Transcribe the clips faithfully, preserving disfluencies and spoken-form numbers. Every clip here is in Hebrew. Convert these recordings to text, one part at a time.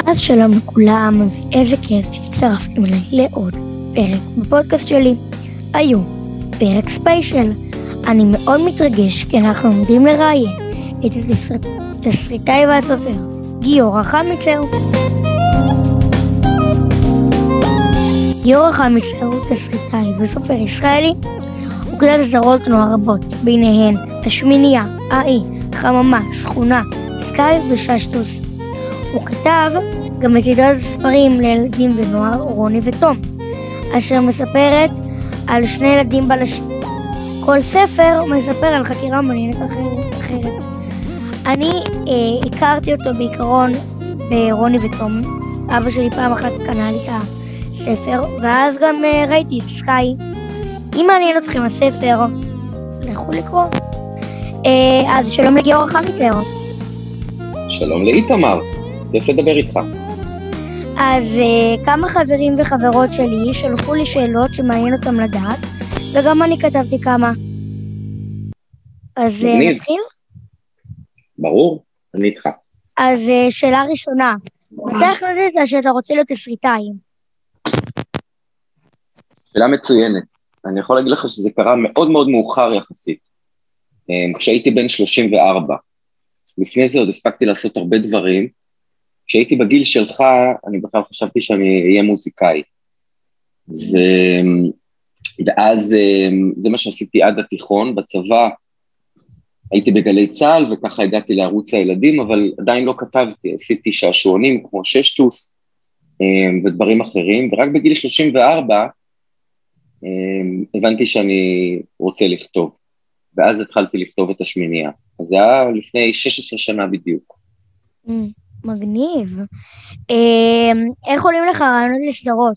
אז שלום לכולם, ואיזה כיף שהצטרפתם אליי לעוד פרק בפודקאסט שלי. היום פרק ספיישל. אני מאוד מתרגש כי אנחנו עומדים לראיין את התסריטאי והסופר גיורא חמיצר. גיורא חמיצר הוא תסריטאי וסופר ישראלי. הוא כתב סדרות נוער רבות, ביניהן השמינייה, האי, חממה, שכונה, סקאי וששטוס. הוא כתב גם את סדרת הספרים לילדים ונוער רוני ותום, אשר מספרת על שני ילדים בלשים. כל ספר מספר על חקירה מעניינת אחרת. אני אה, הכרתי אותו בעיקרון ברוני ותום. אבא שלי פעם אחת קנה לי את הספר, ואז גם אה, ראיתי את סקאי. אם מעניין אתכם הספר, לכו לקרוא. אה, אז שלום לגיורא חמיצר. שלום לאיתמר, כיף לדבר איתך. אז uh, כמה חברים וחברות שלי שלחו לי שאלות שמעניין אותם לדעת, וגם אני כתבתי כמה. אז uh, נתחיל? ברור, אני איתך. אז uh, שאלה ראשונה, מתי החלטת שאתה רוצה להיות תסריטאי? שאלה מצוינת. אני יכול להגיד לך שזה קרה מאוד מאוד מאוחר יחסית. כשהייתי בן שלושים וארבע. לפני זה עוד הספקתי לעשות הרבה דברים. כשהייתי בגיל שלך, אני בכלל חשבתי שאני אהיה מוזיקאי. ו... ואז זה מה שעשיתי עד התיכון. בצבא הייתי בגלי צהל, וככה הגעתי לערוץ הילדים, אבל עדיין לא כתבתי. עשיתי שעשועונים כמו ששטוס ודברים אחרים, ורק בגיל שלושים וארבע הבנתי שאני רוצה לכתוב. ואז התחלתי לכתוב את השמינייה. אז זה היה לפני שש עשרה שנה בדיוק. מגניב. איך עולים לך רעיונות לסדרות?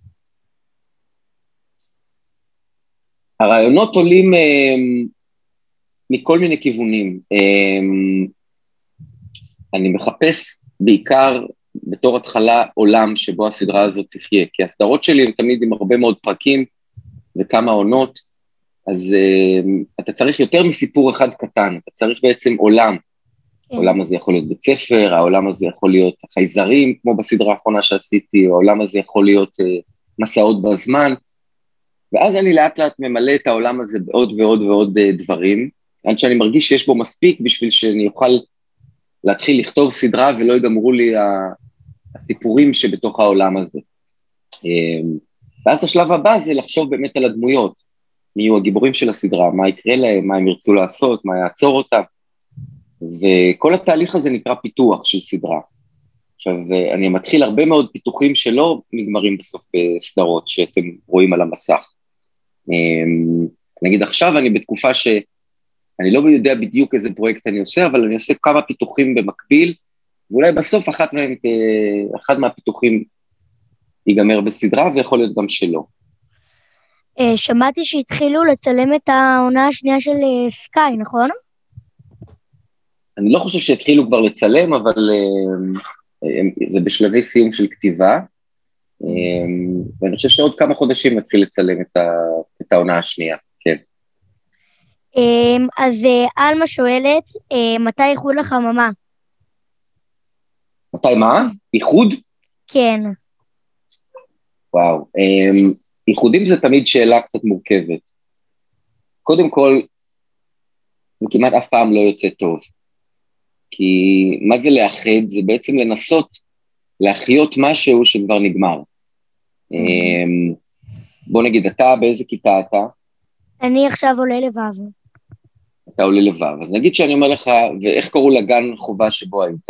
הרעיונות עולים מכל מיני כיוונים. אני מחפש בעיקר בתור התחלה עולם שבו הסדרה הזאת תחיה, כי הסדרות שלי הן תמיד עם הרבה מאוד פרקים וכמה עונות, אז אתה צריך יותר מסיפור אחד קטן, אתה צריך בעצם עולם. העולם הזה יכול להיות בית ספר, העולם הזה יכול להיות החייזרים, כמו בסדרה האחרונה שעשיתי, העולם הזה יכול להיות uh, מסעות בזמן, ואז אני לאט לאט ממלא את העולם הזה בעוד ועוד ועוד uh, דברים, עד שאני מרגיש שיש בו מספיק בשביל שאני אוכל להתחיל לכתוב סדרה, ולא יגמרו לי הסיפורים שבתוך העולם הזה. Um, ואז השלב הבא זה לחשוב באמת על הדמויות, מי יהיו הגיבורים של הסדרה, מה יקרה להם, מה הם ירצו לעשות, מה יעצור אותם, וכל התהליך הזה נקרא פיתוח של סדרה. עכשיו, אני מתחיל הרבה מאוד פיתוחים שלא נגמרים בסוף בסדרות שאתם רואים על המסך. נגיד עכשיו אני בתקופה שאני לא יודע בדיוק איזה פרויקט אני עושה, אבל אני עושה כמה פיתוחים במקביל, ואולי בסוף אחת מהם, אחד מהפיתוחים ייגמר בסדרה, ויכול להיות גם שלא. שמעתי שהתחילו לצלם את העונה השנייה של סקאי, נכון? אני לא חושב שהתחילו כבר לצלם, אבל uh, uh, זה בשלבי סיום של כתיבה, uh, ואני חושב שעוד כמה חודשים נתחיל לצלם את, ה, את העונה השנייה, כן. Um, אז uh, אלמה שואלת, uh, מתי איחוד לחממה? מתי מה? איחוד? כן. וואו, um, איחודים זה תמיד שאלה קצת מורכבת. קודם כל, זה כמעט אף פעם לא יוצא טוב. כי מה זה לאחד? זה בעצם לנסות להחיות משהו שכבר נגמר. Mm-hmm. בוא נגיד, אתה באיזה כיתה אתה? אני עכשיו עולה לבב. אתה עולה לבב. אז נגיד שאני אומר לך, ואיך קראו לגן חובה שבו היית?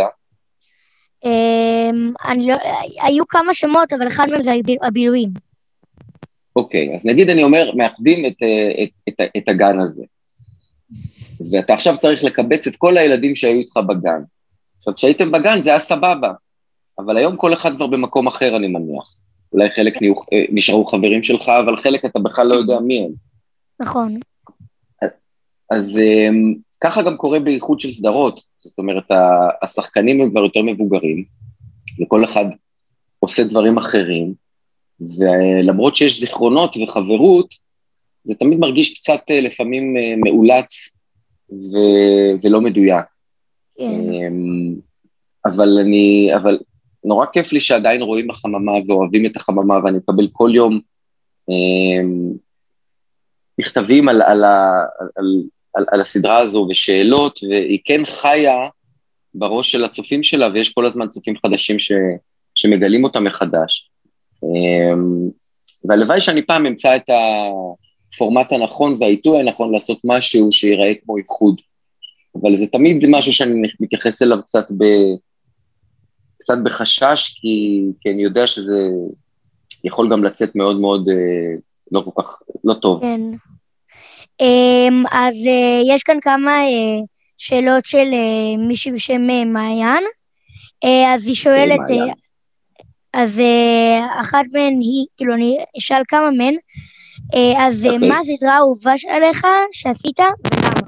אני לא, היו כמה שמות, אבל אחד מהם זה הבילויים. אוקיי, אז נגיד אני אומר, מאחדים את, את, את, את הגן הזה. ואתה עכשיו צריך לקבץ את כל הילדים שהיו איתך בגן. עכשיו, כשהייתם בגן זה היה סבבה, אבל היום כל אחד כבר במקום אחר, אני מניח. אולי חלק נשארו חברים שלך, אבל חלק אתה בכלל לא יודע מי הם. נכון. אז, אז ככה גם קורה באיחוד של סדרות, זאת אומרת, השחקנים הם כבר יותר מבוגרים, וכל אחד עושה דברים אחרים, ולמרות שיש זיכרונות וחברות, זה תמיד מרגיש קצת לפעמים מאולץ, ו- ולא מדויק. כן. אבל אני, אבל נורא כיף לי שעדיין רואים החממה ואוהבים את החממה, ואני מקבל כל יום אה, מכתבים על, על, על, על, על, על הסדרה הזו ושאלות, והיא כן חיה בראש של הצופים שלה, ויש כל הזמן צופים חדשים ש, שמגלים אותה מחדש. אה, והלוואי שאני פעם אמצא את הפורמט הנכון והעיתוי הנכון לעשות משהו שיראה כמו ייחוד. אבל זה תמיד משהו שאני מתייחס אליו קצת, ב, קצת בחשש, כי, כי אני יודע שזה יכול גם לצאת מאוד מאוד אה, לא כל כך, לא טוב. כן. Um, אז uh, יש כאן כמה uh, שאלות של uh, מישהי בשם uh, מעיין. Uh, אז היא שואלת, מעיין. uh, אז uh, אחת מהן היא, כאילו אני אשאל כמה מהן, uh, אז uh, אוקיי. מה הסדרה האהובה עליך שעשית ולמה?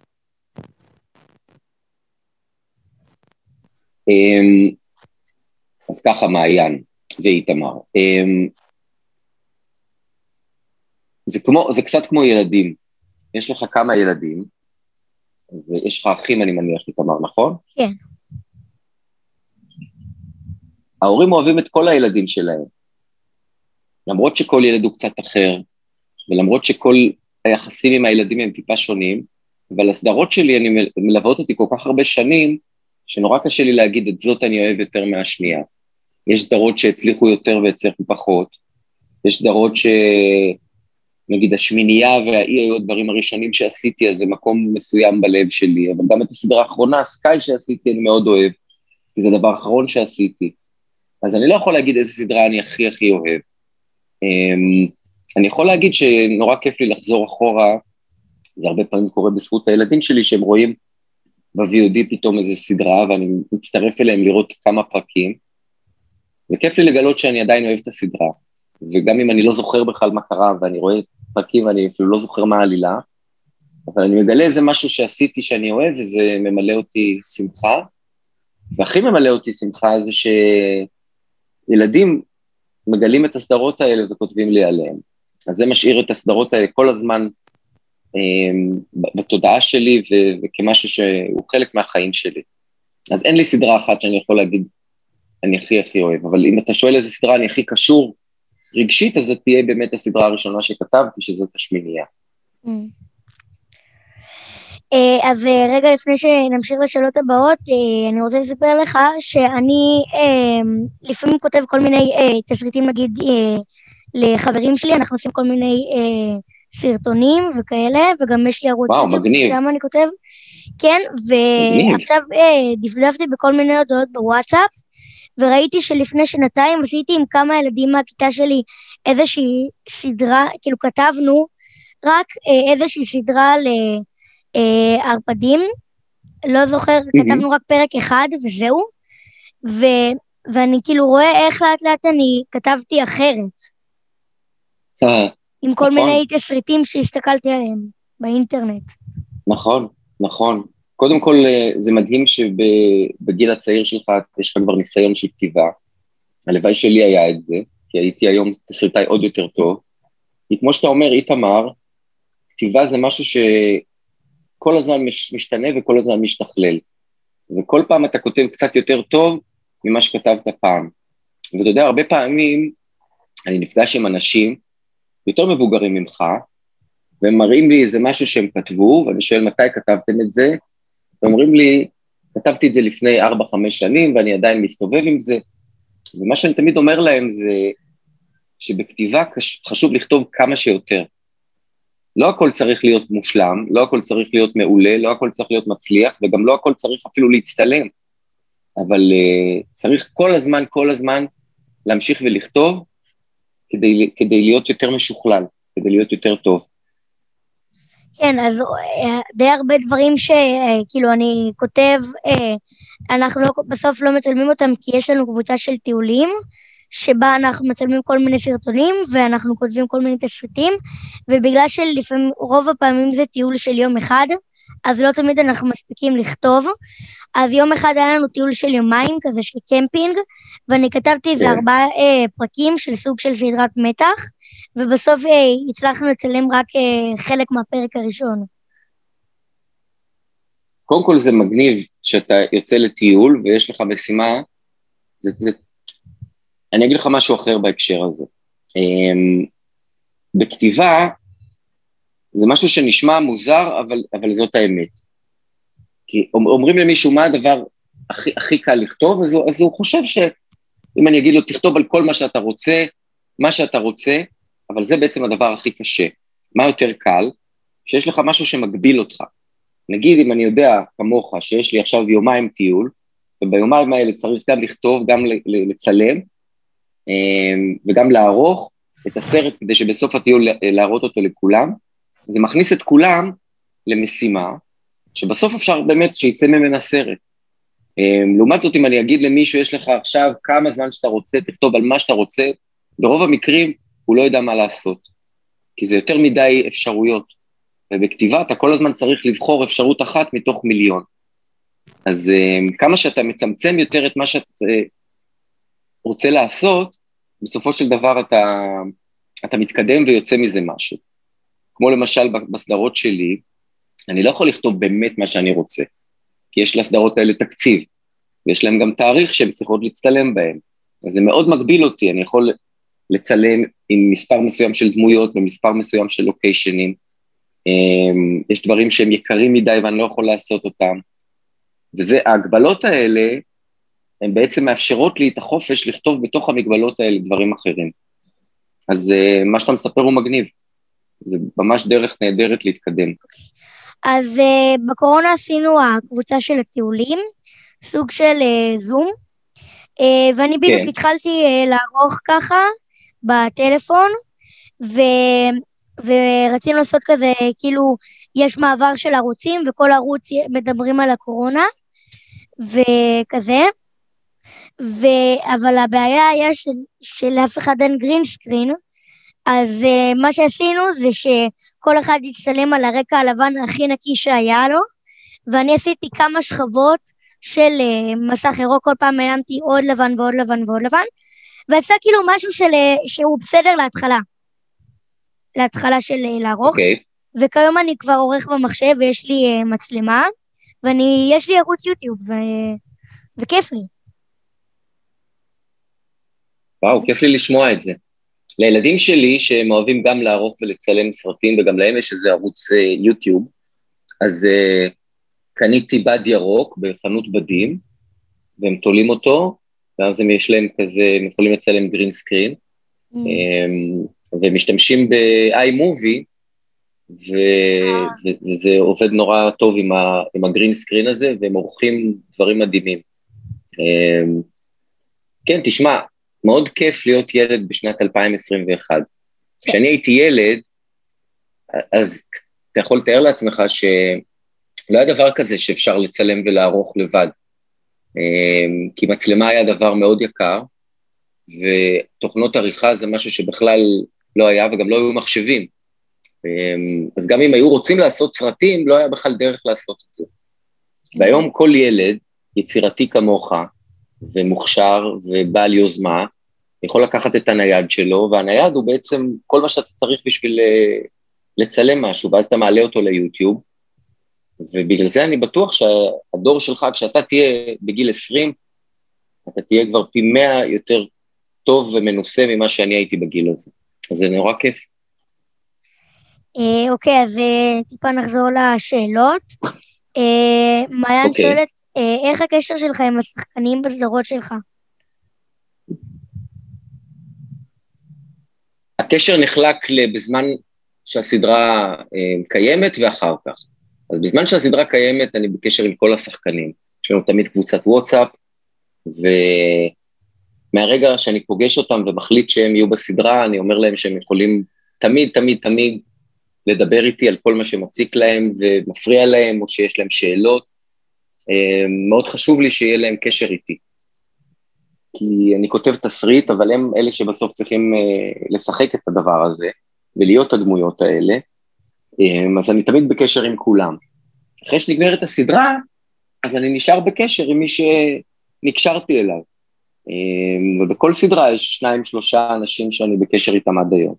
Um, אז ככה מעיין ואיתמר. Um, זה, כמו, זה קצת כמו ילדים. יש לך כמה ילדים, ויש לך אחים, אני מניח, איתמר, נכון? כן. ההורים אוהבים את כל הילדים שלהם, למרות שכל ילד הוא קצת אחר, ולמרות שכל היחסים עם הילדים הם טיפה שונים, אבל הסדרות שלי, אני מלוות אותי כל כך הרבה שנים, שנורא קשה לי להגיד את זאת אני אוהב יותר מהשנייה. יש סדרות שהצליחו יותר והצליחו פחות, יש סדרות ש... נגיד השמינייה והאי היו הדברים הראשונים שעשיתי, אז זה מקום מסוים בלב שלי, אבל גם את הסדרה האחרונה, סקאי שעשיתי, אני מאוד אוהב, כי זה הדבר האחרון שעשיתי. אז אני לא יכול להגיד איזה סדרה אני הכי הכי אוהב. אני יכול להגיד שנורא כיף לי לחזור אחורה, זה הרבה פעמים קורה בזכות הילדים שלי, שהם רואים ב-וי או די פתאום איזה סדרה, ואני מצטרף אליהם לראות כמה פרקים, וכיף לי לגלות שאני עדיין אוהב את הסדרה. וגם אם אני לא זוכר בכלל מה קרה, ואני רואה פרקים ואני אפילו לא זוכר מה העלילה, אבל אני מגלה איזה משהו שעשיתי שאני אוהב, וזה ממלא אותי שמחה, והכי ממלא אותי שמחה זה שילדים מגלים את הסדרות האלה וכותבים לי עליהן. אז זה משאיר את הסדרות האלה כל הזמן אה, בתודעה שלי, ו- וכמשהו שהוא חלק מהחיים שלי. אז אין לי סדרה אחת שאני יכול להגיד, אני הכי הכי אוהב, אבל אם אתה שואל איזה סדרה אני הכי קשור, רגשית, אז זה תהיה באמת הסדרה הראשונה שכתבתי, שזאת השמינייה. אז רגע לפני שנמשיך לשאלות הבאות, אני רוצה לספר לך שאני לפעמים כותב כל מיני תסריטים, נגיד לחברים שלי, אנחנו עושים כל מיני סרטונים וכאלה, וגם יש לי ערוץ יוטיוב, שם אני כותב, כן, ועכשיו דפדפתי בכל מיני הודעות בוואטסאפ, וראיתי שלפני שנתיים עשיתי עם כמה ילדים מהכיתה שלי איזושהי סדרה, כאילו כתבנו רק איזושהי סדרה לערפדים, לא זוכר, mm-hmm. כתבנו רק פרק אחד וזהו, ו- ואני כאילו רואה איך לאט לאט אני כתבתי אחרת, אה, עם כל נכון. מיני תסריטים שהסתכלתי עליהם באינטרנט. נכון, נכון. קודם כל, זה מדהים שבגיל הצעיר שלך יש לך כבר ניסיון של כתיבה. הלוואי שלי היה את זה, כי הייתי היום תסריטאי עוד יותר טוב. כי כמו שאתה אומר, איתמר, כתיבה זה משהו שכל הזמן משתנה וכל הזמן משתכלל. וכל פעם אתה כותב קצת יותר טוב ממה שכתבת פעם. ואתה יודע, הרבה פעמים אני נפגש עם אנשים יותר מבוגרים ממך, והם מראים לי איזה משהו שהם כתבו, ואני שואל מתי כתבתם את זה, ואומרים לי, כתבתי את זה לפני ארבע חמש שנים, ואני עדיין מסתובב עם זה, ומה שאני תמיד אומר להם זה, שבכתיבה חשוב לכתוב כמה שיותר. לא הכל צריך להיות מושלם, לא הכל צריך להיות מעולה, לא הכל צריך להיות מצליח, וגם לא הכל צריך אפילו להצטלם, אבל uh, צריך כל הזמן, כל הזמן, להמשיך ולכתוב, כדי, כדי להיות יותר משוכלל, כדי להיות יותר טוב. כן, אז די הרבה דברים שכאילו אני כותב, אנחנו לא, בסוף לא מצלמים אותם, כי יש לנו קבוצה של טיולים, שבה אנחנו מצלמים כל מיני סרטונים, ואנחנו כותבים כל מיני תסריטים, ובגלל שלפעמים, רוב הפעמים זה טיול של יום אחד, אז לא תמיד אנחנו מספיקים לכתוב, אז יום אחד היה לנו טיול של יומיים, כזה של קמפינג, ואני כתבתי איזה ארבעה אה, פרקים של סוג של סדרת מתח, ובסוף אה, הצלחנו לצלם רק אה, חלק מהפרק הראשון. קודם כל זה מגניב שאתה יוצא לטיול, ויש לך משימה, זה, זה אני אגיד לך משהו אחר בהקשר הזה. בכתיבה, זה משהו שנשמע מוזר, אבל, אבל זאת האמת. כי אומרים למישהו מה הדבר הכי, הכי קל לכתוב, אז הוא, אז הוא חושב שאם אני אגיד לו, תכתוב על כל מה שאתה רוצה, מה שאתה רוצה, אבל זה בעצם הדבר הכי קשה. מה יותר קל? שיש לך משהו שמגביל אותך. נגיד, אם אני יודע כמוך, שיש לי עכשיו יומיים טיול, וביומיים האלה צריך גם לכתוב, גם לצלם, וגם לערוך את הסרט, כדי שבסוף הטיול להראות אותו לכולם, זה מכניס את כולם למשימה, שבסוף אפשר באמת שיצא ממנה סרט. לעומת זאת, אם אני אגיד למישהו, יש לך עכשיו כמה זמן שאתה רוצה, תכתוב על מה שאתה רוצה, ברוב המקרים הוא לא יודע מה לעשות, כי זה יותר מדי אפשרויות, ובכתיבה אתה כל הזמן צריך לבחור אפשרות אחת מתוך מיליון. אז כמה שאתה מצמצם יותר את מה שאתה רוצה לעשות, בסופו של דבר אתה, אתה מתקדם ויוצא מזה משהו. כמו למשל בסדרות שלי, אני לא יכול לכתוב באמת מה שאני רוצה, כי יש לסדרות האלה תקציב, ויש להם גם תאריך שהן צריכות להצטלם בהם. אז זה מאוד מגביל אותי, אני יכול לצלם עם מספר מסוים של דמויות, ומספר מסוים של לוקיישנים, יש דברים שהם יקרים מדי ואני לא יכול לעשות אותם, וזה, ההגבלות האלה, הן בעצם מאפשרות לי את החופש לכתוב בתוך המגבלות האלה דברים אחרים. אז מה שאתה מספר הוא מגניב, זה ממש דרך נהדרת להתקדם. אז uh, בקורונה עשינו הקבוצה של הטיולים, סוג של uh, זום, uh, ואני בדיוק כן. התחלתי uh, לערוך ככה בטלפון, ו... ורצינו לעשות כזה, כאילו יש מעבר של ערוצים, וכל ערוץ מדברים על הקורונה, וכזה, ו... אבל הבעיה היה של... שלאף אחד אין גרין סקרין, אז uh, מה שעשינו זה שכל אחד יצטלם על הרקע הלבן הכי נקי שהיה לו, ואני עשיתי כמה שכבות של uh, מסך ירוק, כל פעם העלמתי עוד לבן ועוד לבן ועוד לבן, ויצא כאילו משהו של, uh, שהוא בסדר להתחלה, להתחלה של uh, לערוך, okay. וכיום אני כבר עורך במחשב ויש לי uh, מצלמה, ויש לי ערוץ יוטיוב, ו... וכיף לי. וואו, כיף לי לשמוע את זה. לילדים שלי, שהם אוהבים גם לערוך ולצלם סרטים, וגם להם יש איזה ערוץ יוטיוב, אז uh, קניתי בד ירוק בחנות בדים, והם תולים אותו, ואז הם יש להם כזה, הם יכולים לצלם גרין סקרין, mm. um, ומשתמשים ב-iMovie, ו- ו- וזה עובד נורא טוב עם, ה- עם הגרין סקרין הזה, והם עורכים דברים מדהימים. Um, כן, תשמע, מאוד כיף להיות ילד בשנת אלפיים עשרים ואחת. כשאני הייתי ילד, אז אתה יכול לתאר לעצמך שלא היה דבר כזה שאפשר לצלם ולערוך לבד. כי מצלמה היה דבר מאוד יקר, ותוכנות עריכה זה משהו שבכלל לא היה, וגם לא היו מחשבים. אז גם אם היו רוצים לעשות סרטים, לא היה בכלל דרך לעשות את זה. והיום כל ילד, יצירתי כמוך, ומוכשר ובעל יוזמה, יכול לקחת את הנייד שלו, והנייד הוא בעצם כל מה שאתה צריך בשביל לצלם משהו, ואז אתה מעלה אותו ליוטיוב, ובגלל זה אני בטוח שהדור שלך, כשאתה תהיה בגיל עשרים, אתה תהיה כבר פי מאה יותר טוב ומנוסה ממה שאני הייתי בגיל הזה. אז זה נורא כיף. אוקיי, אז טיפה נחזור לשאלות. מעיין שואלת, איך הקשר שלך עם השחקנים בסדרות שלך? הקשר נחלק בזמן שהסדרה קיימת ואחר כך. אז בזמן שהסדרה קיימת, אני בקשר עם כל השחקנים. יש לנו תמיד קבוצת וואטסאפ, ומהרגע שאני פוגש אותם ומחליט שהם יהיו בסדרה, אני אומר להם שהם יכולים תמיד, תמיד, תמיד לדבר איתי על כל מה שמציק להם ומפריע להם, או שיש להם שאלות. מאוד חשוב לי שיהיה להם קשר איתי. כי אני כותב תסריט, אבל הם אלה שבסוף צריכים לשחק את הדבר הזה, ולהיות הדמויות האלה, אז אני תמיד בקשר עם כולם. אחרי שנגמרת הסדרה, אז אני נשאר בקשר עם מי שנקשרתי אליו. ובכל סדרה יש שניים, שלושה אנשים שאני בקשר איתם עד היום.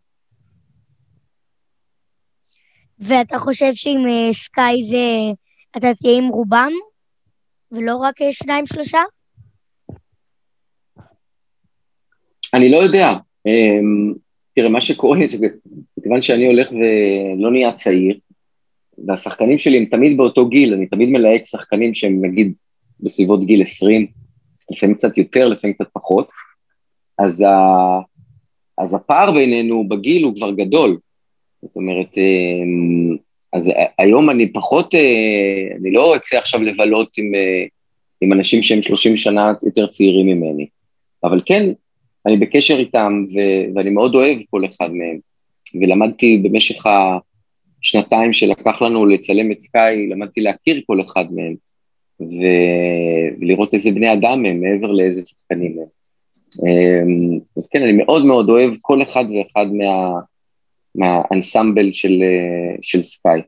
ואתה חושב שעם סקאי זה, אתה תהיה עם רובם, ולא רק שניים, שלושה? אני לא יודע. תראה, מה שקורה, מכיוון שאני הולך ולא נהיה צעיר, והשחקנים שלי הם תמיד באותו גיל, אני תמיד מלהק שחקנים שהם נגיד בסביבות גיל עשרים, לפעמים קצת יותר, לפעמים קצת פחות, אז, ה... אז הפער בינינו בגיל הוא כבר גדול. זאת אומרת, אז היום אני פחות, אני לא אצא עכשיו לבלות עם, עם אנשים שהם שלושים שנה יותר צעירים ממני, אבל כן, אני בקשר איתם, ו- ואני מאוד אוהב כל אחד מהם, ולמדתי במשך השנתיים שלקח לנו לצלם את סקאי, למדתי להכיר כל אחד מהם, ו- ולראות איזה בני אדם הם, מעבר לאיזה שחקנים הם. אז כן, אני מאוד מאוד אוהב כל אחד ואחד מה, מהאנסמבל של, של סקאי.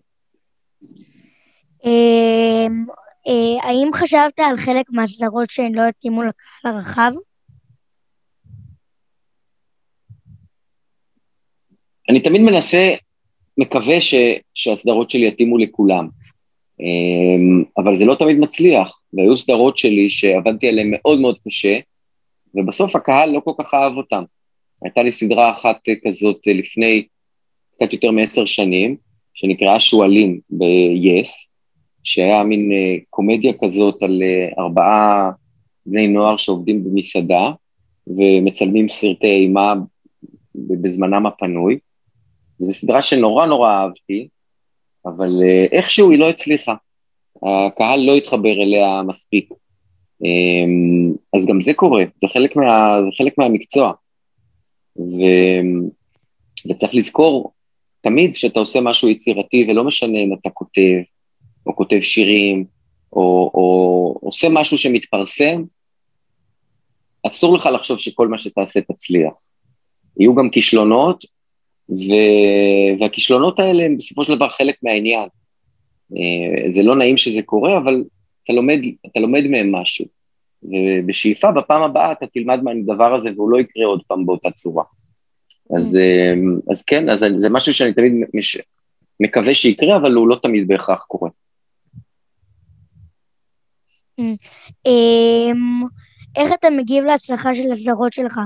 האם חשבת על חלק מהסדרות שהן לא יתאימו לקהל הרחב? אני תמיד מנסה, מקווה ש, שהסדרות שלי יתאימו לכולם, אבל זה לא תמיד מצליח, והיו סדרות שלי שעבדתי עליהן מאוד מאוד קשה, ובסוף הקהל לא כל כך אהב אותם. הייתה לי סדרה אחת כזאת לפני קצת יותר מעשר שנים, שנקראה שואלים ב-Yes, שהיה מין קומדיה כזאת על ארבעה בני נוער שעובדים במסעדה, ומצלמים סרטי אימה בזמנם הפנוי. זו סדרה שנורא נורא אהבתי, אבל איכשהו היא לא הצליחה. הקהל לא התחבר אליה מספיק. אז גם זה קורה, זה חלק, מה, זה חלק מהמקצוע. ו, וצריך לזכור תמיד שאתה עושה משהו יצירתי, ולא משנה אם אתה כותב, או כותב שירים, או, או עושה משהו שמתפרסם, אסור לך לחשוב שכל מה שתעשה תצליח. יהיו גם כישלונות, ו... והכישלונות האלה הם בסופו של דבר חלק מהעניין. זה לא נעים שזה קורה, אבל אתה לומד, אתה לומד מהם משהו. ובשאיפה, בפעם הבאה אתה תלמד מהדבר הזה, והוא לא יקרה עוד פעם באותה צורה. אז, אז כן, אז זה משהו שאני תמיד מש... מקווה שיקרה, אבל הוא לא תמיד בהכרח קורה. איך אתה מגיב להצלחה של הסדרות שלך?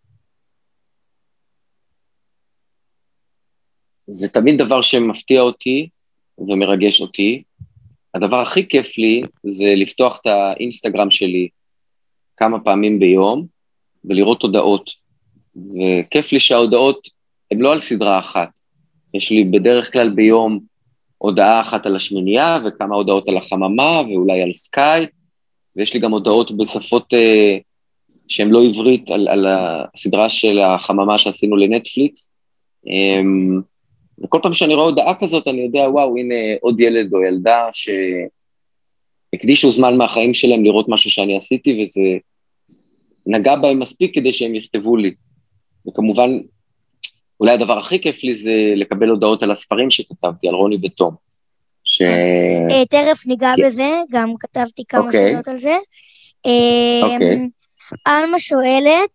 זה תמיד דבר שמפתיע אותי ומרגש אותי. הדבר הכי כיף לי זה לפתוח את האינסטגרם שלי כמה פעמים ביום ולראות הודעות. וכיף לי שההודעות הן לא על סדרה אחת. יש לי בדרך כלל ביום הודעה אחת על השמינייה וכמה הודעות על החממה ואולי על סקאי, ויש לי גם הודעות בשפות אה, שהן לא עברית על, על הסדרה של החממה שעשינו לנטפליקס. אה, וכל פעם שאני רואה הודעה כזאת, אני יודע, וואו, הנה עוד ילד או ילדה שהקדישו זמן מהחיים שלהם לראות משהו שאני עשיתי, וזה נגע בהם מספיק כדי שהם יכתבו לי. וכמובן, אולי הדבר הכי כיף לי זה לקבל הודעות על הספרים שכתבתי, על רוני ותום. ש... תרף ניגע בזה, גם כתבתי כמה שאלות על זה. אוקיי. אלמה שואלת,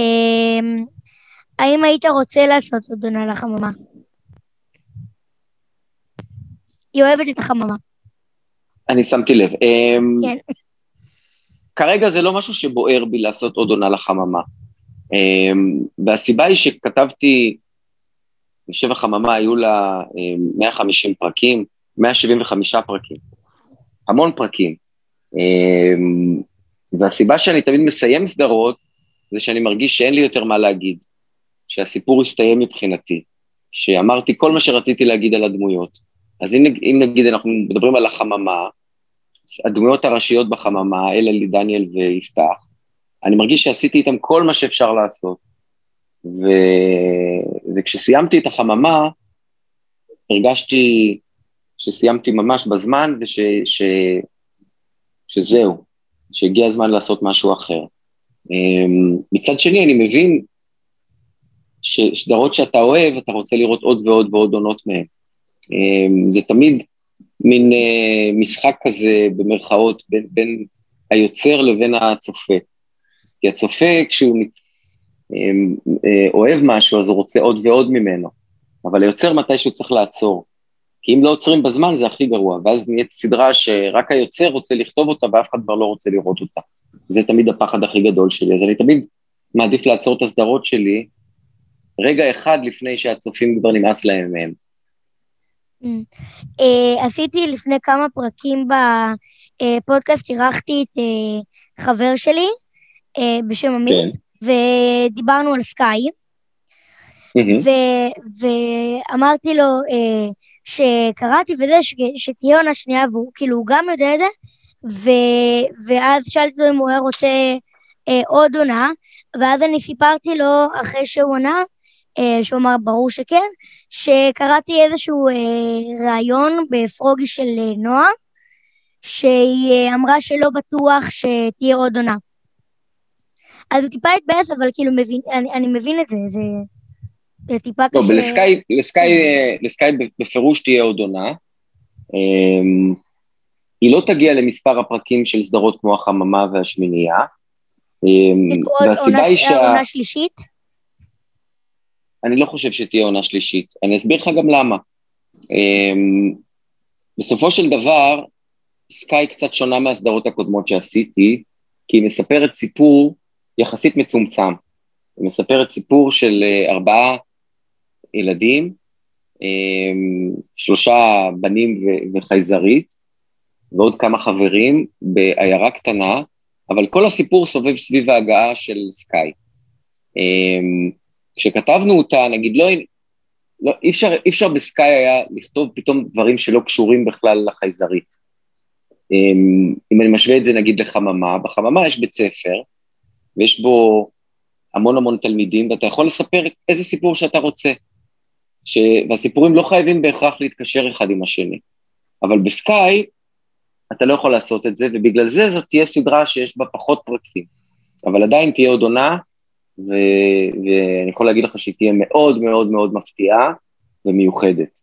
האם היית רוצה לעשות עוד עונה לחממה? היא אוהבת את החממה. אני שמתי לב. כן. כרגע זה לא משהו שבוער בי לעשות עוד עונה לחממה. והסיבה היא שכתבתי, בשבע חממה היו לה מאה וחמישים פרקים, מאה שבעים וחמישה פרקים, המון פרקים. והסיבה שאני תמיד מסיים סדרות, זה שאני מרגיש שאין לי יותר מה להגיד, שהסיפור הסתיים מבחינתי, שאמרתי כל מה שרציתי להגיד על הדמויות. אז אם, אם נגיד אנחנו מדברים על החממה, הדמויות הראשיות בחממה, אלה דניאל ויפתח, אני מרגיש שעשיתי איתם כל מה שאפשר לעשות. ו... וכשסיימתי את החממה, הרגשתי שסיימתי ממש בזמן, וש... ש... שזהו, שהגיע הזמן לעשות משהו אחר. מצד שני, אני מבין שסדרות שאתה אוהב, אתה רוצה לראות עוד ועוד ועוד עונות מהן. זה תמיד מין משחק כזה במרכאות בין, בין היוצר לבין הצופה. כי הצופה כשהוא אוהב משהו אז הוא רוצה עוד ועוד ממנו, אבל היוצר מתי שהוא צריך לעצור. כי אם לא עוצרים בזמן זה הכי גרוע, ואז נהיית סדרה שרק היוצר רוצה לכתוב אותה ואף אחד כבר לא רוצה לראות אותה. זה תמיד הפחד הכי גדול שלי, אז אני תמיד מעדיף לעצור את הסדרות שלי, רגע אחד לפני שהצופים כבר נמאס להם מהם. עשיתי לפני כמה פרקים בפודקאסט, אירחתי את חבר שלי בשם עמית, ודיברנו על סקאי, ואמרתי לו שקראתי וזה, שתהיה עונה שנייה, והוא כאילו הוא גם יודע את זה, ואז שאלתי לו אם הוא היה רוצה עוד עונה, ואז אני סיפרתי לו אחרי שהוא עונה, שהוא אמר ברור שכן, שקראתי איזשהו רעיון בפרוגי של נועה, שהיא אמרה שלא בטוח שתהיה עוד עונה. אז הוא טיפה התבאס, אבל כאילו מבין, אני, אני מבין את זה, זה, זה טיפה לא, קשה. לסקאי, לסקאי, לסקאי בפירוש תהיה עוד עונה. היא לא תגיע למספר הפרקים של סדרות כמו החממה והשמינייה. והסיבה היא שה... עונה שלישית? אני לא חושב שתהיה עונה שלישית. אני אסביר לך גם למה. בסופו של דבר, סקאי קצת שונה מהסדרות הקודמות שעשיתי, כי היא מספרת סיפור יחסית מצומצם. היא מספרת סיפור של ארבעה ילדים, שלושה בנים וחייזרית, ועוד כמה חברים בעיירה קטנה, אבל כל הסיפור סובב סביב ההגעה של סקאי. כשכתבנו אותה, נגיד, לא, לא, אי אפשר, אי אפשר בסקאי היה לכתוב פתאום דברים שלא קשורים בכלל לחייזרית. אם אני משווה את זה, נגיד, לחממה, בחממה יש בית ספר, ויש בו המון המון תלמידים, ואתה יכול לספר איזה סיפור שאתה רוצה, ש... והסיפורים לא חייבים בהכרח להתקשר אחד עם השני. אבל בסקאי, אתה לא יכול לעשות את זה, ובגלל זה זאת תהיה סדרה שיש בה פחות פרקים. אבל עדיין תהיה עוד עונה, ו... ואני יכול להגיד לך שהיא תהיה מאוד מאוד מאוד מפתיעה ומיוחדת.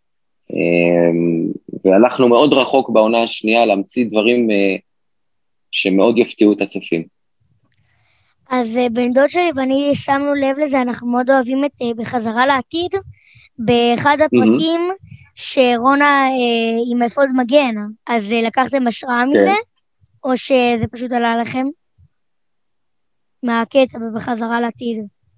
והלכנו מאוד רחוק בעונה השנייה להמציא דברים שמאוד יפתיעו את הצופים. אז בן דוד שלי ואני שמנו לב לזה, אנחנו מאוד אוהבים את בחזרה לעתיד, באחד הפרקים שרונה עם אפוד מגן, אז לקחתם השראה מזה, או שזה פשוט עלה לכם? מהקטע בחזרה לעתיד.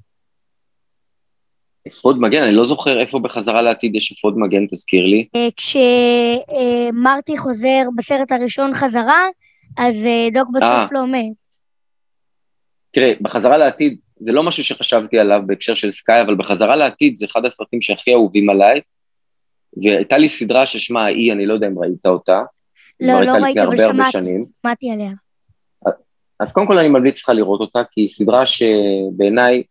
אפוד מגן, אני לא זוכר איפה בחזרה לעתיד יש אפוד מגן, תזכיר לי. כשמרטי חוזר בסרט הראשון חזרה, אז דוק בסוף לא מת. תראה, בחזרה לעתיד, זה לא משהו שחשבתי עליו בהקשר של סקאי, אבל בחזרה לעתיד זה אחד הסרטים שהכי אהובים עליי, והייתה לי סדרה ששמה האי, אני לא יודע אם ראית אותה. לא, לא ראיתי, אבל שמעתי עליה. אז קודם כל אני ממליץ לך לראות אותה, כי היא סדרה שבעיניי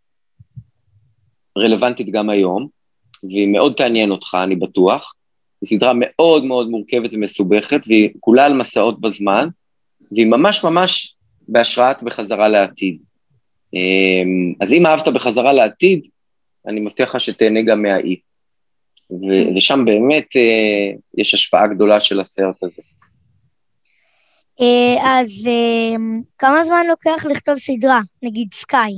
רלוונטית גם היום, והיא מאוד תעניין אותך, אני בטוח. היא סדרה מאוד מאוד מורכבת ומסובכת, והיא כולה על מסעות בזמן, והיא ממש ממש בהשראת בחזרה לעתיד. אז אם אהבת בחזרה לעתיד, אני מבטיח לך שתהנה גם מהאי. ושם באמת יש השפעה גדולה של הסרט הזה. אז כמה זמן לוקח לכתוב סדרה, נגיד סקאי?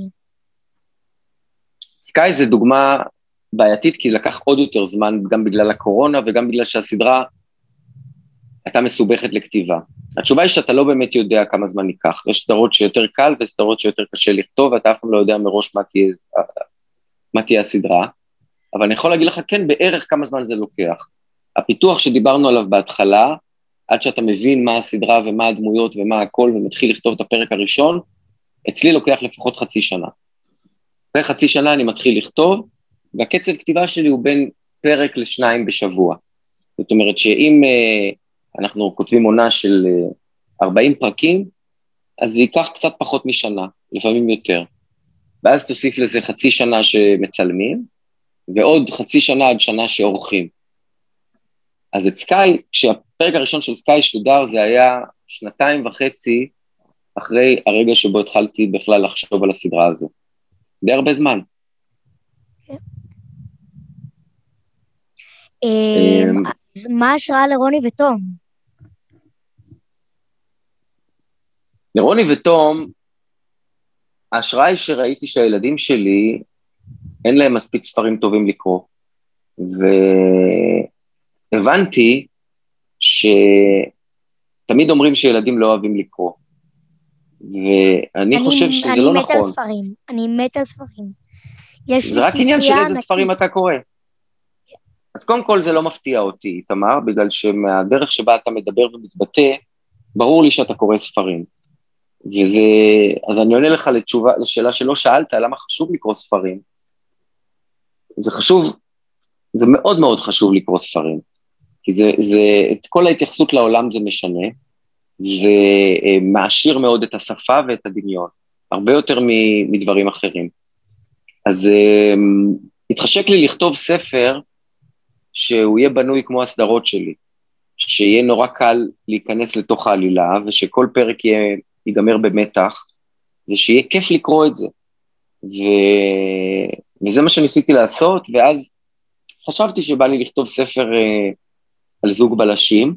סקאי זה דוגמה בעייתית, כי לקח עוד יותר זמן, גם בגלל הקורונה, וגם בגלל שהסדרה הייתה מסובכת לכתיבה. התשובה היא שאתה לא באמת יודע כמה זמן ייקח. יש סדרות שיותר קל, וסדרות שיותר קשה לכתוב, ואתה אף פעם לא יודע מראש מה תהיה, מה תהיה הסדרה. אבל אני יכול להגיד לך, כן, בערך כמה זמן זה לוקח. הפיתוח שדיברנו עליו בהתחלה, עד שאתה מבין מה הסדרה ומה הדמויות ומה הכל, ומתחיל לכתוב את הפרק הראשון, אצלי לוקח לפחות חצי שנה. אחרי חצי שנה אני מתחיל לכתוב, והקצב כתיבה שלי הוא בין פרק לשניים בשבוע. זאת אומרת שאם uh, אנחנו כותבים עונה של uh, ארבעים פרקים, אז זה ייקח קצת פחות משנה, לפעמים יותר. ואז תוסיף לזה חצי שנה שמצלמים, ועוד חצי שנה עד שנה שעורכים. אז את סקאי, כשהפרק הראשון של סקאי שודר, זה היה שנתיים וחצי אחרי הרגע שבו התחלתי בכלל לחשוב על הסדרה הזו. די הרבה זמן. מה ההשראה לרוני ותום? לרוני ותום, ההשראה היא שראיתי שהילדים שלי, אין להם מספיק ספרים טובים לקרוא. והבנתי שתמיד אומרים שילדים לא אוהבים לקרוא. ואני חושב שזה לא נכון. אני מת על ספרים, אני מת על ספרים. זה רק עניין של איזה ספרים אתה קורא. אז קודם כל זה לא מפתיע אותי, תמר, בגלל שמהדרך שבה אתה מדבר ומתבטא, ברור לי שאתה קורא ספרים. וזה, אז אני עונה לך לתשובה, לשאלה שלא שאלת, למה חשוב לקרוא ספרים. זה חשוב, זה מאוד מאוד חשוב לקרוא ספרים, כי זה, זה, את כל ההתייחסות לעולם זה משנה, זה מעשיר מאוד את השפה ואת הדמיון, הרבה יותר מדברים אחרים. אז התחשק לי לכתוב ספר, שהוא יהיה בנוי כמו הסדרות שלי, שיהיה נורא קל להיכנס לתוך העלילה, ושכל פרק יהיה, ייגמר במתח, ושיהיה כיף לקרוא את זה. ו... וזה מה שניסיתי לעשות, ואז חשבתי שבא לי לכתוב ספר אה, על זוג בלשים,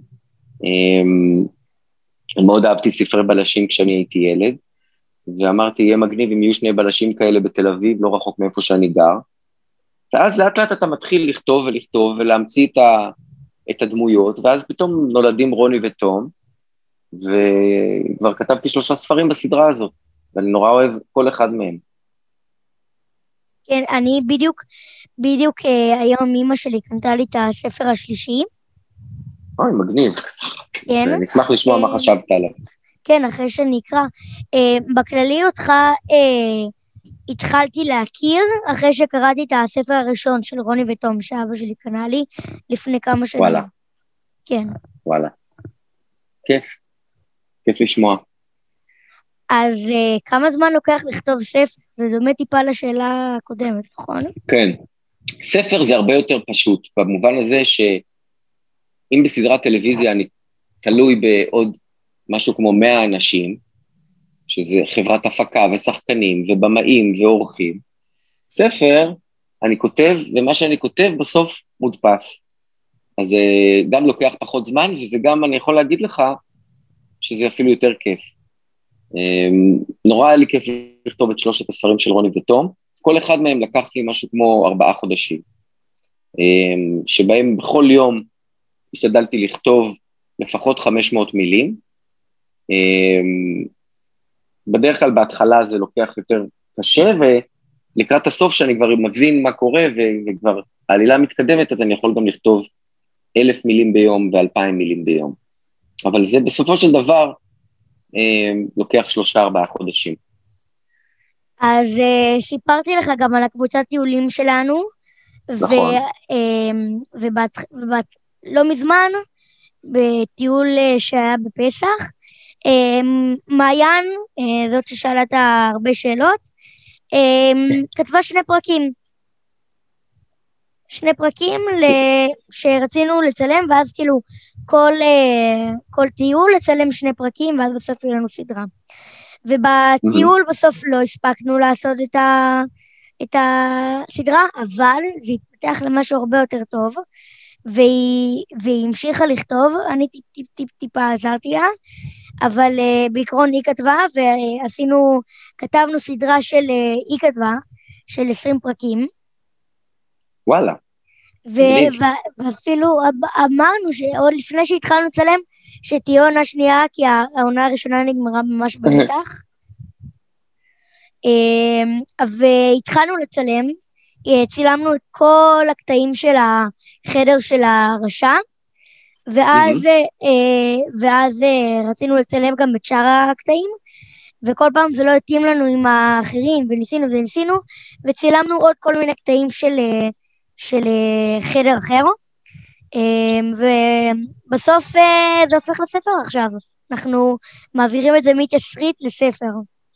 אה, מאוד אהבתי ספרי בלשים כשאני הייתי ילד, ואמרתי, יהיה מגניב אם יהיו שני בלשים כאלה בתל אביב, לא רחוק מאיפה שאני גר, ואז לאט לאט אתה מתחיל לכתוב ולכתוב, ולהמציא את, ה... את הדמויות, ואז פתאום נולדים רוני ותום, וכבר כתבתי שלושה ספרים בסדרה הזאת, ואני נורא אוהב כל אחד מהם. כן, אני בדיוק, בדיוק אה, היום אמא שלי קנתה לי את הספר השלישי. אוי, מגניב. כן. נשמח לשמוע אה, מה חשבת עליו. כן, אחרי שאני אקרא. אה, בכללי אותך אה, התחלתי להכיר, אחרי שקראתי את הספר הראשון של רוני ותום, שאבא שלי קנה לי, לפני כמה שנים. וואלה. כן. וואלה. כיף. כיף לשמוע. אז uh, כמה זמן לוקח לכתוב ספר? זה באמת טיפה לשאלה הקודמת, נכון? כן. ספר זה הרבה יותר פשוט, במובן הזה שאם בסדרת טלוויזיה אני תלוי בעוד משהו כמו מאה אנשים, שזה חברת הפקה ושחקנים ובמאים ועורכים, ספר אני כותב, ומה שאני כותב בסוף מודפס. אז זה גם לוקח פחות זמן, וזה גם, אני יכול להגיד לך, שזה אפילו יותר כיף. נורא היה לי כיף לכתוב את שלושת הספרים של רוני ותום, כל אחד מהם לקח לי משהו כמו ארבעה חודשים, שבהם בכל יום השתדלתי לכתוב לפחות חמש מאות מילים, בדרך כלל בהתחלה זה לוקח יותר קשה, ולקראת הסוף שאני כבר מבין מה קורה, וכבר העלילה מתקדמת, אז אני יכול גם לכתוב אלף מילים ביום ואלפיים מילים ביום. אבל זה בסופו של דבר, לוקח שלושה ארבעה חודשים. אז uh, סיפרתי לך גם על הקבוצת טיולים שלנו, נכון. ובת, ובת, לא מזמן, בטיול שהיה בפסח, מעיין, זאת ששאלת הרבה שאלות, כתבה שני פרקים, שני פרקים שרצינו לצלם, ואז כאילו כל, כל טיול לצלם שני פרקים, ואז בסוף יהיה לנו סדרה. ובטיול בסוף לא הספקנו לעשות את, ה, את הסדרה, אבל זה התפתח למשהו הרבה יותר טוב, והיא, והיא המשיכה לכתוב, אני טיפ טיפ טיפ טיפה עזרתי לה, אבל uh, בעקרון היא כתבה, ועשינו, כתבנו סדרה של uh, היא כתבה, של עשרים פרקים. וואלה. ו- ו- ואפילו אמרנו שעוד לפני שהתחלנו לצלם, שתהיה עונה שנייה, כי העונה הראשונה נגמרה ממש במתח. והתחלנו לצלם, צילמנו את כל הקטעים של החדר של הרשע, ואז, ואז רצינו לצלם גם את שאר הקטעים, וכל פעם זה לא התאים לנו עם האחרים, וניסינו וניסינו, וצילמנו עוד כל מיני קטעים של, של חדר אחר, ובסוף זה הופך לספר עכשיו. אנחנו מעבירים את זה מתסריט לספר.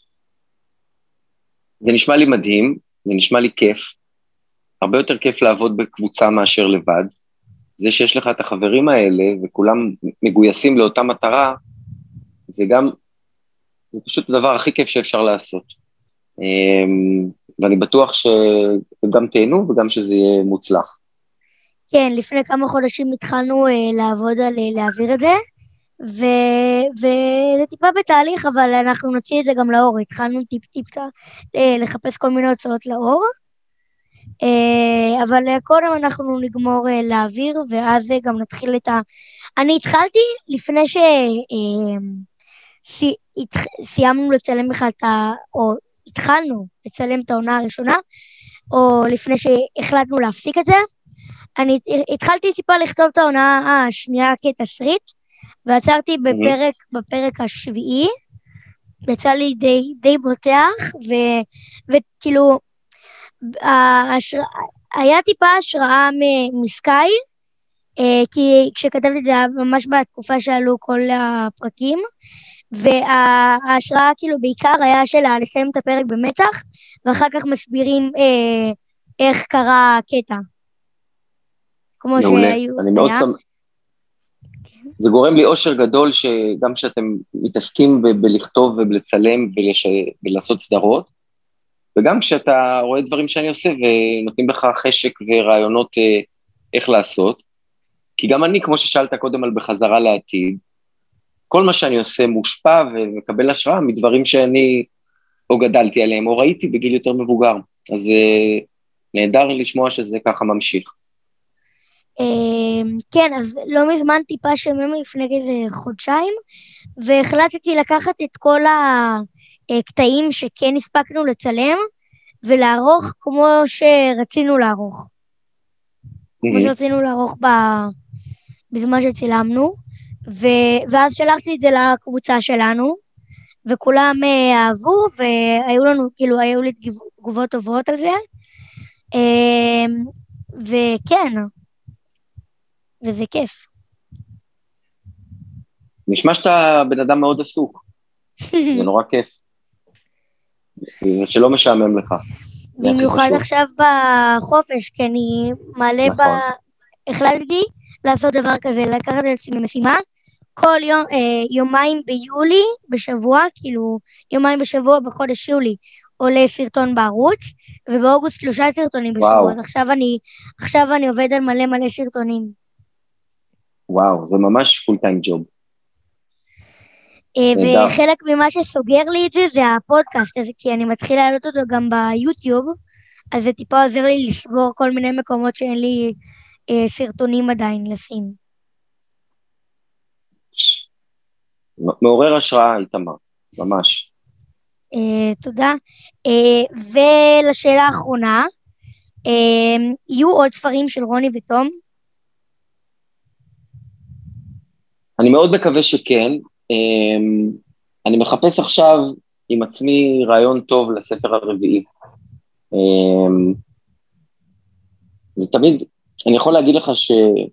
זה נשמע לי מדהים, זה נשמע לי כיף, הרבה יותר כיף לעבוד בקבוצה מאשר לבד, זה שיש לך את החברים האלה, וכולם מגויסים לאותה מטרה, זה גם, זה פשוט הדבר הכי כיף שאפשר לעשות. ואני בטוח שאתם גם תהנו, וגם שזה יהיה מוצלח. כן, לפני כמה חודשים התחלנו לעבוד על להעביר את זה, וזה טיפה בתהליך, אבל אנחנו נוציא את זה גם לאור, התחלנו טיפ טיפ לחפש כל מיני הוצאות לאור, אבל קודם אנחנו נגמור להעביר, ואז גם נתחיל את ה... אני התחלתי לפני סיימנו לצלם בכלל את ה... או התחלנו לצלם את העונה הראשונה, או לפני שהחלטנו להפסיק את זה. אני התחלתי טיפה לכתוב את העונה השנייה כתסריט, ועצרתי בפרק, בפרק השביעי, יצא לי די, די בוטח, ו, וכאילו, ההשרא... היה טיפה השראה מסקאי, כי כשכתבתי את זה היה ממש בתקופה שעלו כל הפרקים, וההשראה כאילו בעיקר היה שלה לסיים את הפרק במתח, ואחר כך מסבירים אה, איך קרה הקטע. כמו שהיו... אני מאוד שמח. זה גורם לי אושר גדול שגם שאתם מתעסקים ב- בלכתוב ובלצלם ולש... ולעשות סדרות, וגם כשאתה רואה דברים שאני עושה ונותנים לך חשק ורעיונות אה, איך לעשות, כי גם אני, כמו ששאלת קודם על בחזרה לעתיד, כל מה שאני עושה מושפע ומקבל השראה מדברים שאני או גדלתי עליהם, או ראיתי בגיל יותר מבוגר. אז uh, נהדר לשמוע שזה ככה ממשיך. כן, אז לא מזמן טיפה שמם לפני איזה חודשיים, והחלטתי לקחת את כל הקטעים שכן הספקנו לצלם, ולערוך כמו שרצינו לערוך. כמו שרצינו לערוך בזמן שצילמנו, ואז שלחתי את זה לקבוצה שלנו, וכולם אהבו, והיו לנו, כאילו, היו לי תגובות טובות על זה, וכן, וזה כיף. נשמע שאתה בן אדם מאוד עסוק, זה נורא כיף, שלא משעמם לך. במיוחד עכשיו בחופש, כי אני מעלה ב... החלטתי לעשות דבר כזה, לקחת את עצמי משימה, כל יום, אה, יומיים ביולי בשבוע, כאילו יומיים בשבוע בחודש יולי, עולה סרטון בערוץ, ובאוגוסט שלושה סרטונים בשבוע, וואו. אז עכשיו אני, עכשיו אני עובד על מלא מלא סרטונים. וואו, זה ממש פול טיים ג'וב. אה, וחלק ממה שסוגר לי את זה, זה הפודקאסט הזה, כי אני מתחילה לעלות אותו גם ביוטיוב, אז זה טיפה עוזר לי לסגור כל מיני מקומות שאין לי אה, סרטונים עדיין לשים. מעורר השראה, איתמר, ממש. Uh, תודה. Uh, ולשאלה האחרונה, uh, יהיו עוד ספרים של רוני ותום? אני מאוד מקווה שכן. Uh, אני מחפש עכשיו עם עצמי רעיון טוב לספר הרביעי. Uh, זה תמיד, אני יכול להגיד לך ש...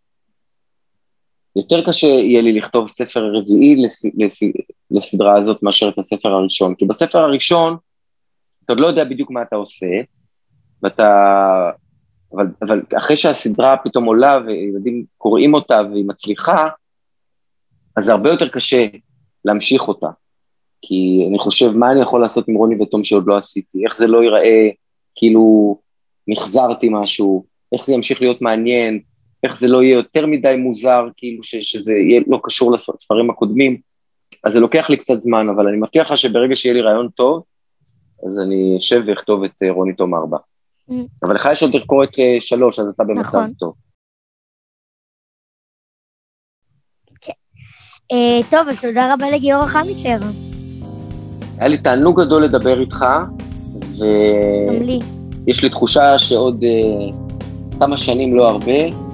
יותר קשה יהיה לי לכתוב ספר רביעי לס... לס... לסדרה הזאת מאשר את הספר הראשון, כי בספר הראשון אתה עוד לא יודע בדיוק מה אתה עושה, ואתה... אבל, אבל אחרי שהסדרה פתאום עולה וילדים קוראים אותה והיא מצליחה, אז זה הרבה יותר קשה להמשיך אותה, כי אני חושב מה אני יכול לעשות עם רוני ותום שעוד לא עשיתי, איך זה לא ייראה כאילו נחזרתי משהו, איך זה ימשיך להיות מעניין, איך זה לא יהיה יותר מדי מוזר, כאילו ש, שזה יהיה לא קשור לספרים הקודמים, אז זה לוקח לי קצת זמן, אבל אני מבטיח לך שברגע שיהיה לי רעיון טוב, אז אני אשב ואכתוב את uh, רוני תום ארבע. Mm. אבל לך יש עוד לקרוא את uh, שלוש, אז אתה במצב נכון. טוב. Okay. Uh, טוב, אז תודה רבה לגיורא חמיצר. היה לי תענוג גדול לדבר איתך, ויש לי תחושה שעוד uh, כמה שנים לא הרבה,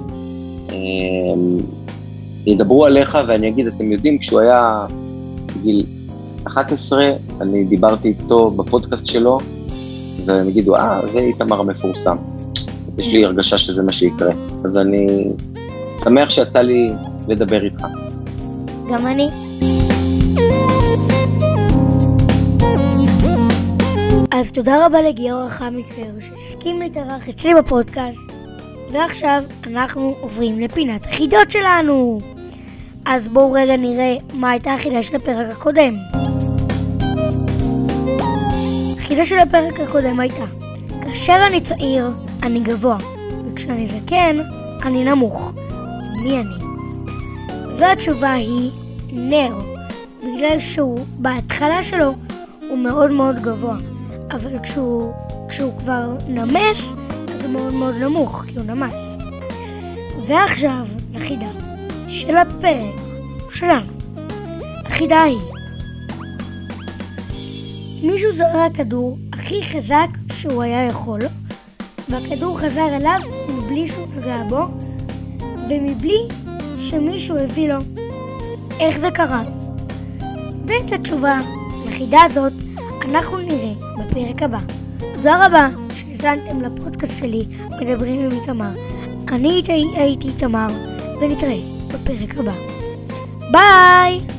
ידברו עליך, ואני אגיד, אתם יודעים, כשהוא היה בגיל אחת עשרה, אני דיברתי איתו בפודקאסט שלו, והם יגידו, אה, זה איתמר המפורסם. יש לי הרגשה שזה מה שיקרה. אז אני שמח שיצא לי לדבר איתך. גם אני. אז תודה רבה לגיורא חמיצר, שהסכים להתארח אצלי בפודקאסט. ועכשיו אנחנו עוברים לפינת החידות שלנו. אז בואו רגע נראה מה הייתה החידה של הפרק הקודם. החידה של הפרק הקודם הייתה, כאשר אני צעיר, אני גבוה, וכשאני זקן, אני נמוך. מי אני? והתשובה היא נר, בגלל שהוא בהתחלה שלו הוא מאוד מאוד גבוה, אבל כשהוא, כשהוא כבר נמס, זה מאוד מאוד נמוך, כי הוא נמס. ועכשיו, לחידה של הפרק שלנו. החידה היא, מישהו זרק כדור הכי חזק שהוא היה יכול, והכדור חזר אליו מבלי שהוא נגע בו, ומבלי שמישהו הביא לו איך זה קרה. ואת התשובה לחידה הזאת אנחנו נראה בפרק הבא. תודה רבה שהזנתם לפודקאסט שלי מדברים עם איתמר. אני הייתי איתמר, ונתראה בפרק הבא. ביי!